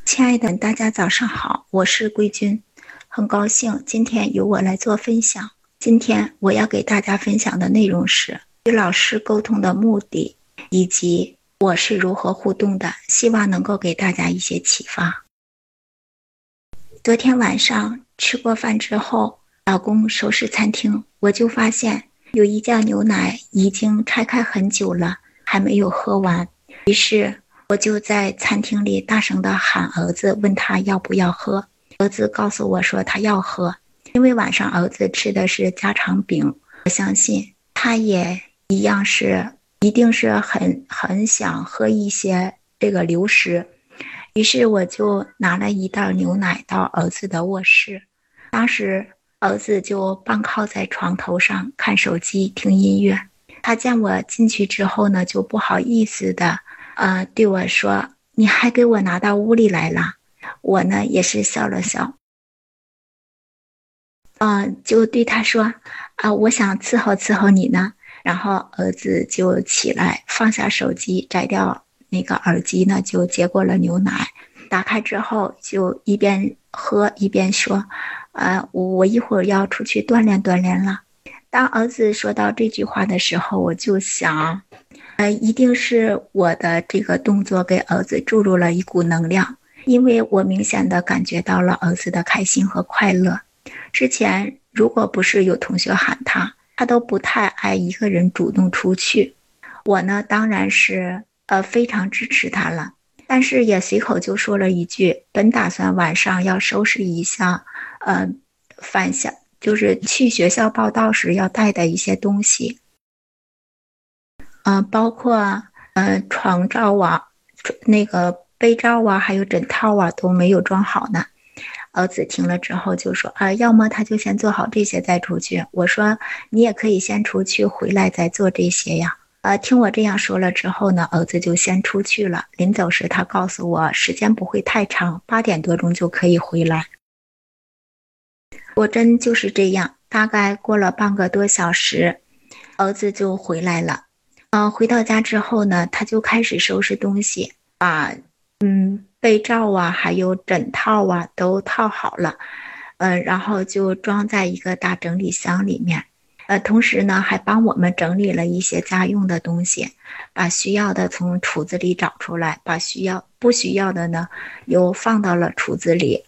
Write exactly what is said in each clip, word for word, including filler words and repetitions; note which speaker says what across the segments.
Speaker 1: 亲爱的，大家早上好，我是桂君，很高兴今天由我来做分享。今天我要给大家分享的内容是与老师沟通的目的，以及我是如何互动的，希望能够给大家一些启发。昨天晚上吃过饭之后，老公收拾餐厅，我就发现有一架牛奶已经拆开很久了，还没有喝完，于是我就在餐厅里大声地喊儿子，问他要不要喝。儿子告诉我说他要喝，因为晚上儿子吃的是家常饼，我相信他也一样是一定是很很想喝一些这个流食。于是我就拿了一袋牛奶到儿子的卧室，当时儿子就半靠在床头上看手机听音乐。他见我进去之后呢，就不好意思的呃，对我说，你还给我拿到屋里来了。我呢也是笑了笑，呃，就对他说啊、呃，我想伺候伺候你呢。然后儿子就起来放下手机，摘掉那个耳机呢，就接过了牛奶，打开之后就一边喝一边说，呃，我一会儿要出去锻炼锻炼了。当儿子说到这句话的时候，我就想呃，一定是我的这个动作给儿子注入了一股能量，因为我明显的感觉到了儿子的开心和快乐。之前如果不是有同学喊他，他都不太爱一个人主动出去。我呢，当然是呃非常支持他了，但是也随口就说了一句，本打算晚上要收拾一下，呃，返校就是去学校报到时要带的一些东西。呃，包括呃床罩啊、那个被罩啊，还有枕套啊都没有装好呢。儿子听了之后就说：“啊，要么他就先做好这些再出去。”我说：“你也可以先出去，回来再做这些呀。”呃，听我这样说了之后呢，儿子就先出去了。临走时，他告诉我时间不会太长，八点多钟就可以回来。果真就是这样，大概过了半个多小时，儿子就回来了。呃，回到家之后呢，他就开始收拾东西，把嗯被罩啊，还有枕套啊都套好了，呃，然后就装在一个大整理箱里面。呃，同时呢，还帮我们整理了一些家用的东西，把需要的从橱子里找出来，把需要不需要的呢，又放到了橱子里。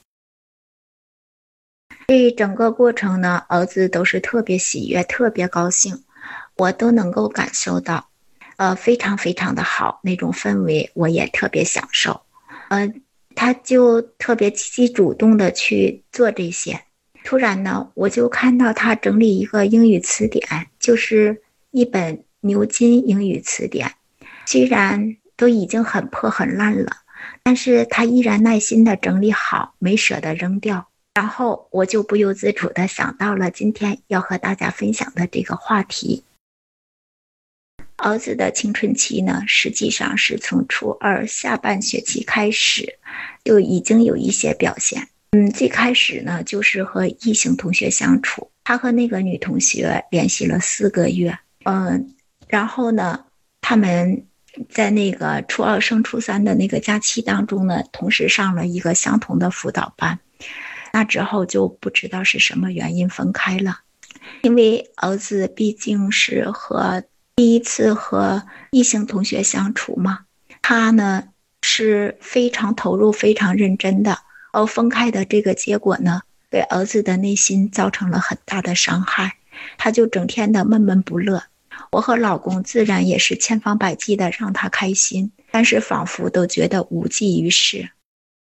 Speaker 1: 这整个过程呢，儿子都是特别喜悦，特别高兴，我都能够感受到。呃，非常非常的好，那种氛围我也特别享受。呃，他就特别积极主动的去做这些。突然呢，我就看到他整理一个英语词典，就是一本牛津英语词典，虽然都已经很破很烂了，但是他依然耐心的整理好，没舍得扔掉。然后我就不由自主的想到了今天要和大家分享的这个话题。儿子的青春期呢，实际上是从初二下半学期开始就已经有一些表现。嗯，最开始呢，就是和异性同学相处，他和那个女同学联系了四个月，嗯，然后呢，他们在那个初二升初三的那个假期当中呢，同时上了一个相同的辅导班。那之后就不知道是什么原因分开了，因为儿子毕竟是和第一次和异性同学相处嘛，他呢是非常投入非常认真的，而分开的这个结果呢，给儿子的内心造成了很大的伤害，他就整天的闷闷不乐。我和老公自然也是千方百计的让他开心，但是仿佛都觉得无济于事。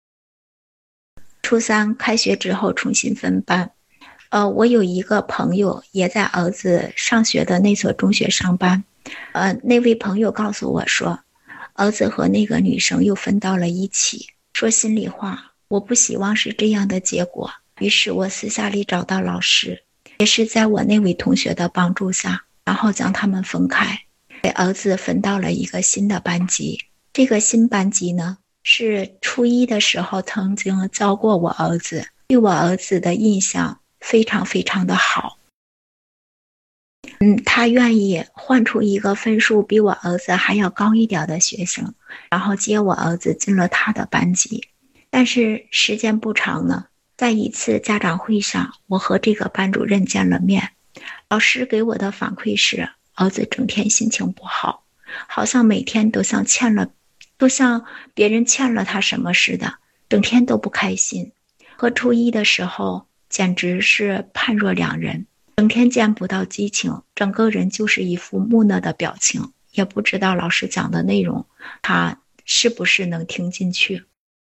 Speaker 1: 初三开学之后重新分班，呃，我有一个朋友也在儿子上学的那所中学上班，呃，那位朋友告诉我说，儿子和那个女生又分到了一起。说心里话，我不希望是这样的结果，于是我私下里找到老师，也是在我那位同学的帮助下，然后将他们分开，给儿子分到了一个新的班级。这个新班级呢，是初一的时候曾经教过我儿子，对我儿子的印象非常非常的好。嗯，他愿意换出一个分数比我儿子还要高一点的学生，然后接我儿子进了他的班级。 但是时间不长呢，在一次家长会上，我和这个班主任见了面，老师给我的反馈是，儿子整天心情不好，好像每天都像欠了，都像别人欠了他什么似的，整天都不开心。和初一的时候简直是判若两人，整天见不到激情，整个人就是一副木讷的表情，也不知道老师讲的内容他是不是能听进去。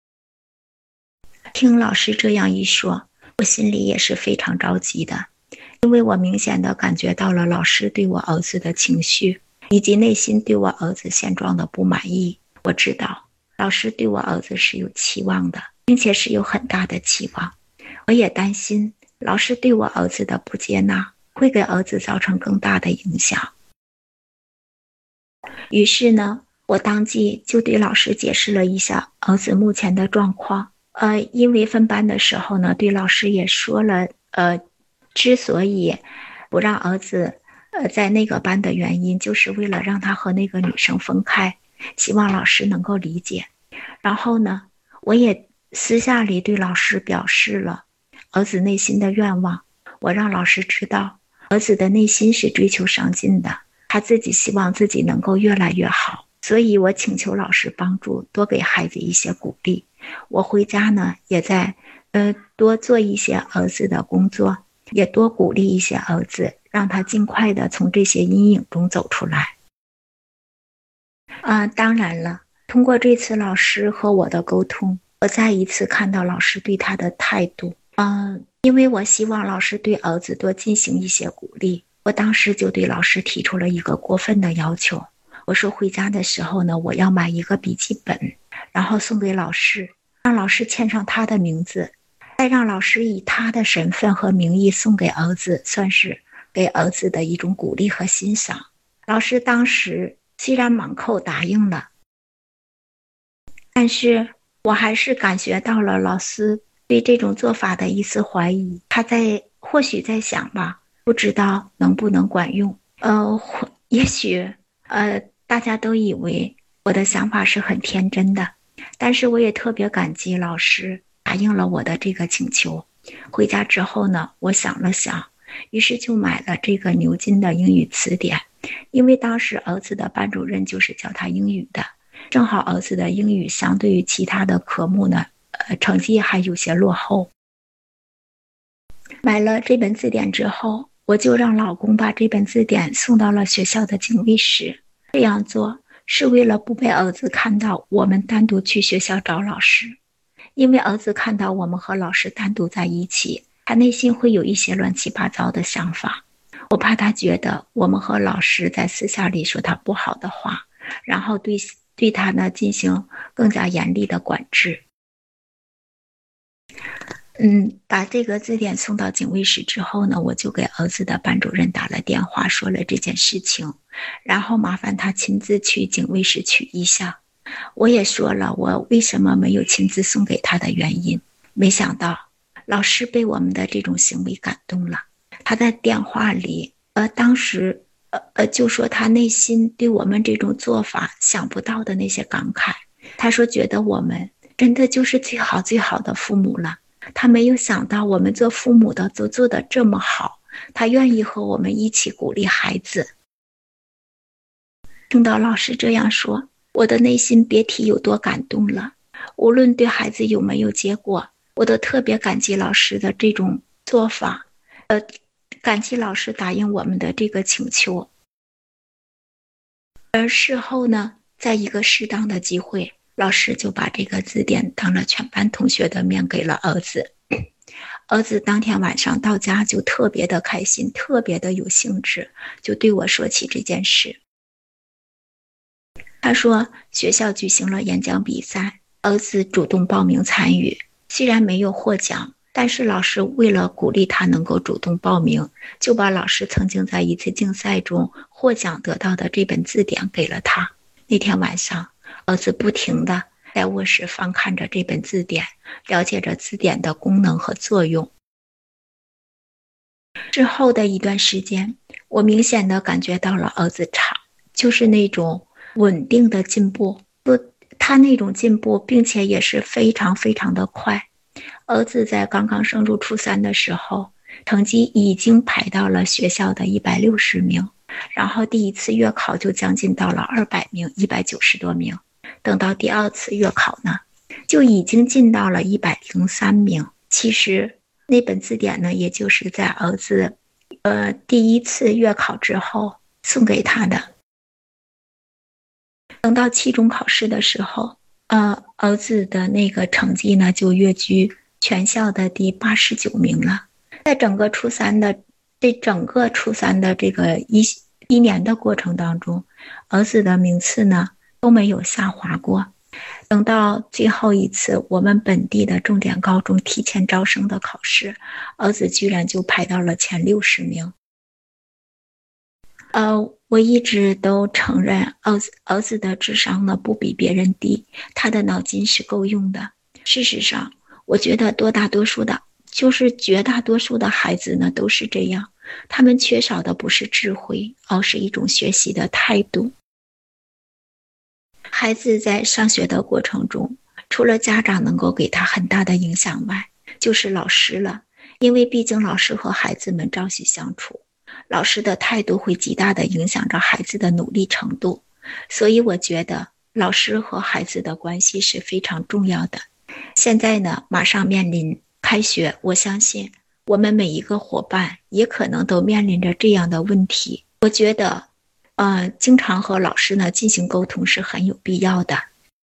Speaker 1: 听老师这样一说，我心里也是非常着急的，因为我明显的感觉到了老师对我儿子的情绪，以及内心对我儿子现状的不满意。我知道老师对我儿子是有期望的，并且是有很大的期望。我也担心老师对我儿子的不接纳会给儿子造成更大的影响。于是呢，我当即就对老师解释了一下儿子目前的状况。呃，因为分班的时候呢，对老师也说了，呃，之所以不让儿子呃在那个班的原因，就是为了让他和那个女生分开，希望老师能够理解。然后呢，我也私下里对老师表示了儿子内心的愿望，我让老师知道儿子的内心是追求上进的，他自己希望自己能够越来越好，所以我请求老师帮助，多给孩子一些鼓励。我回家呢，也在呃多做一些儿子的工作，也多鼓励一些儿子，让他尽快的从这些阴影中走出来。啊、呃，当然了，通过这次老师和我的沟通，我再一次看到老师对他的态度。嗯、呃，因为我希望老师对儿子多进行一些鼓励，我当时就对老师提出了一个过分的要求。我说回家的时候呢，我要买一个笔记本，然后送给老师，让老师签上他的名字，再让老师以他的身份和名义送给儿子，算是给儿子的一种鼓励和欣赏。老师当时虽然满口答应了，但是我还是感觉到了老师对这种做法的一丝怀疑，他在或许在想吧，不知道能不能管用。呃，也许呃大家都以为我的想法是很天真的，但是我也特别感激老师答应了我的这个请求。回家之后呢，我想了想，于是就买了这个牛津的英语词典，因为当时儿子的班主任就是教他英语的，正好儿子的英语相对于其他的科目呢，呃，成绩还有些落后。买了这本字典之后，我就让老公把这本字典送到了学校的警卫室。这样做是为了不被儿子看到我们单独去学校找老师，因为儿子看到我们和老师单独在一起，他内心会有一些乱七八糟的想法。我怕他觉得我们和老师在私下里说他不好的话，然后对对他呢进行更加严厉的管制。嗯，把这个字典送到警卫室之后呢，我就给儿子的班主任打了电话，说了这件事情，然后麻烦他亲自去警卫室取一下。我也说了我为什么没有亲自送给他的原因。没想到老师被我们的这种行为感动了，他在电话里呃，当时呃呃就说他内心对我们这种做法想不到的那些感慨。他说觉得我们真的就是最好最好的父母了，他没有想到我们做父母的都做得这么好，他愿意和我们一起鼓励孩子。听到老师这样说，我的内心别提有多感动了。无论对孩子有没有结果，我都特别感激老师的这种做法，呃，感激老师答应我们的这个请求。而事后呢，在一个适当的机会，老师就把这个字典当了全班同学的面给了儿子。儿子当天晚上到家就特别的开心，特别的有兴致，就对我说起这件事。他说学校举行了演讲比赛，儿子主动报名参与，虽然没有获奖，但是老师为了鼓励他能够主动报名，就把老师曾经在一次竞赛中获奖得到的这本字典给了他。那天晚上，儿子不停地在卧室翻看着这本字典，了解着字典的功能和作用。之后的一段时间，我明显地感觉到了儿子差，就是那种稳定的进步。 他那种进步，并且也是非常非常的快。儿子在刚刚升入初三的时候，成绩已经排到了学校的一百六十名，然后第一次月考就将近到了二百名，一百九十多名。等到第二次月考呢，就已经进到了一百零三名。其实那本字典呢，也就是在儿子呃第一次月考之后送给他的。等到期中考试的时候，呃，儿子的那个成绩呢，就跃居全校的第八十九名了。在整个初三的这整个初三的这个一一年的过程当中，儿子的名次呢都没有下滑过。等到最后一次我们本地的重点高中提前招生的考试，儿子居然就排到了前六十名。呃，我一直都承认儿子儿子的智商呢不比别人低，他的脑筋是够用的。事实上，我觉得多大多数的，就是绝大多数的孩子呢都是这样，他们缺少的不是智慧，而是一种学习的态度。孩子在上学的过程中，除了家长能够给他很大的影响外，就是老师了。因为毕竟老师和孩子们朝夕相处，老师的态度会极大的影响着孩子的努力程度。所以我觉得老师和孩子的关系是非常重要的。现在呢，马上面临开学，我相信我们每一个伙伴也可能都面临着这样的问题。我觉得呃，经常和老师呢进行沟通是很有必要的。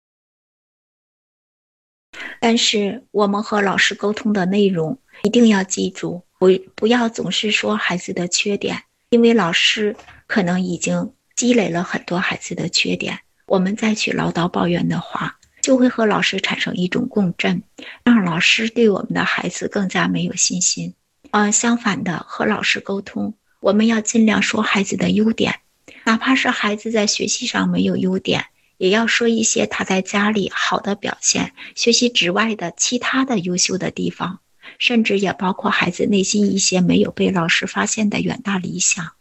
Speaker 1: 但是我们和老师沟通的内容一定要记住，不不要总是说孩子的缺点，因为老师可能已经积累了很多孩子的缺点，我们再去唠叨抱怨的话，就会和老师产生一种共振，让老师对我们的孩子更加没有信心。呃，相反的，和老师沟通，我们要尽量说孩子的优点，哪怕是孩子在学习上没有优点，也要说一些他在家里好的表现，学习之外的其他的优秀的地方，甚至也包括孩子内心一些没有被老师发现的远大理想。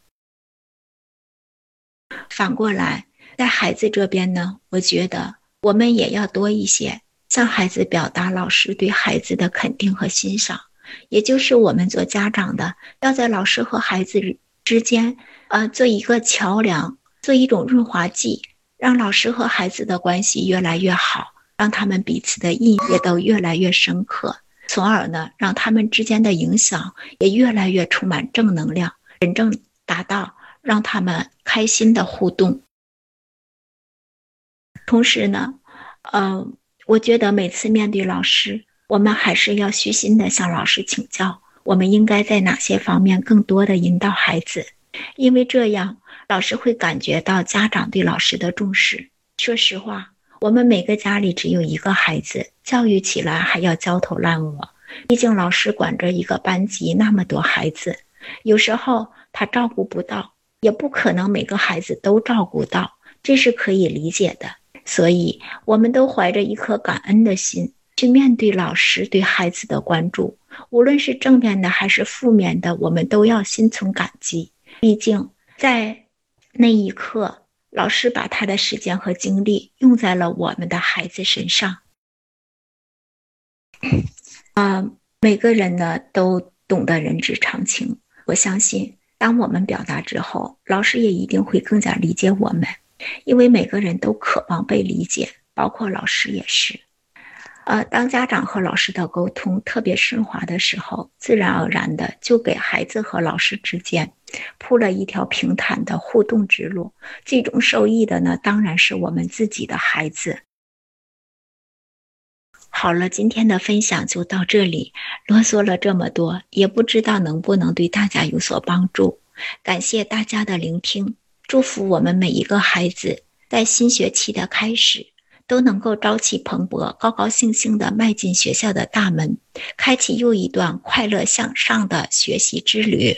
Speaker 1: 反过来，在孩子这边呢，我觉得我们也要多一些向孩子表达老师对孩子的肯定和欣赏，也就是我们做家长的要在老师和孩子之间呃，做一个桥梁，做一种润滑剂，让老师和孩子的关系越来越好，让他们彼此的意义也都越来越深刻，从而呢，让他们之间的影响也越来越充满正能量，真正达到让他们开心的互动。同时呢，呃，我觉得每次面对老师，我们还是要虚心的向老师请教，我们应该在哪些方面更多的引导孩子，因为这样老师会感觉到家长对老师的重视。说实话，我们每个家里只有一个孩子，教育起来还要焦头烂额，毕竟老师管着一个班级那么多孩子，有时候他照顾不到，也不可能每个孩子都照顾到，这是可以理解的。所以我们都怀着一颗感恩的心去面对老师对孩子的关注，无论是正面的还是负面的，我们都要心存感激。毕竟在那一刻，老师把他的时间和精力用在了我们的孩子身上。呃，每个人呢都懂得人之常情，我相信当我们表达之后，老师也一定会更加理解我们，因为每个人都渴望被理解，包括老师也是。呃，当家长和老师的沟通特别顺滑的时候，自然而然的就给孩子和老师之间铺了一条平坦的互动之路，最终受益的呢，当然是我们自己的孩子。好了，今天的分享就到这里，啰嗦了这么多，也不知道能不能对大家有所帮助。感谢大家的聆听，祝福我们每一个孩子在新学期的开始都能够朝气蓬勃，高高兴兴地迈进学校的大门，开启又一段快乐向上的学习之旅。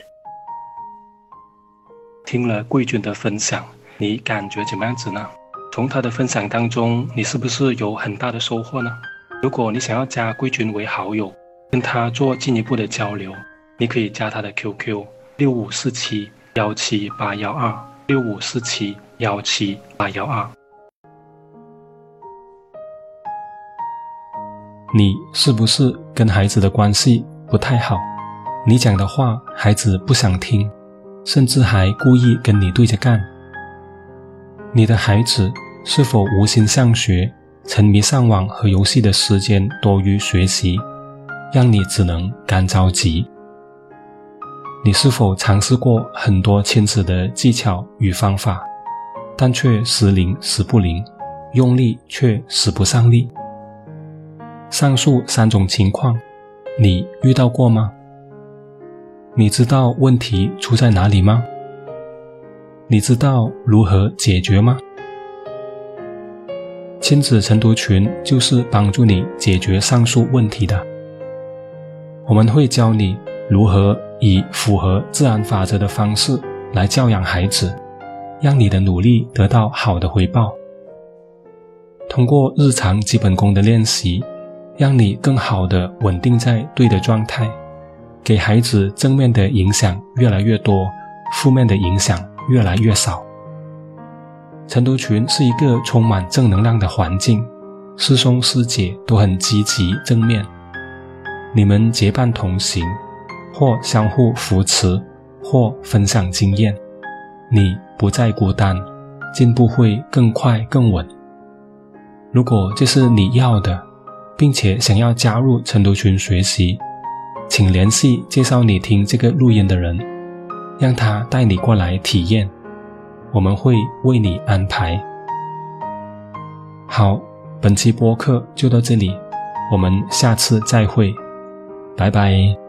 Speaker 2: 听了桂君的分享，你感觉怎么样子呢？从她的分享当中，你是不是有很大的收获呢？如果你想要加桂君为好友，跟她做进一步的交流，你可以加她的 Q Q 六五四七一七八一二 六五四七一七八一二。 你是不是跟孩子的关系不太好？你讲的话孩子不想听，甚至还故意跟你对着干。你的孩子是否无心上学，沉迷上网和游戏的时间多于学习，让你只能干着急？你是否尝试过很多亲子的技巧与方法，但却时灵时不灵，用力却使不上力？上述三种情况，你遇到过吗？你知道问题出在哪里吗？你知道如何解决吗？亲子晨读群就是帮助你解决上述问题的。我们会教你如何以符合自然法则的方式来教养孩子，让你的努力得到好的回报。通过日常基本功的练习，让你更好地稳定在对的状态，给孩子正面的影响越来越多，负面的影响越来越少。晨读群是一个充满正能量的环境，师兄师姐都很积极正面，你们结伴同行，或相互扶持，或分享经验，你不再孤单，进步会更快更稳。如果这是你要的，并且想要加入晨读群学习，请联系介绍你听这个录音的人，让他带你过来体验，我们会为你安排。好，本期播客就到这里，我们下次再会，拜拜。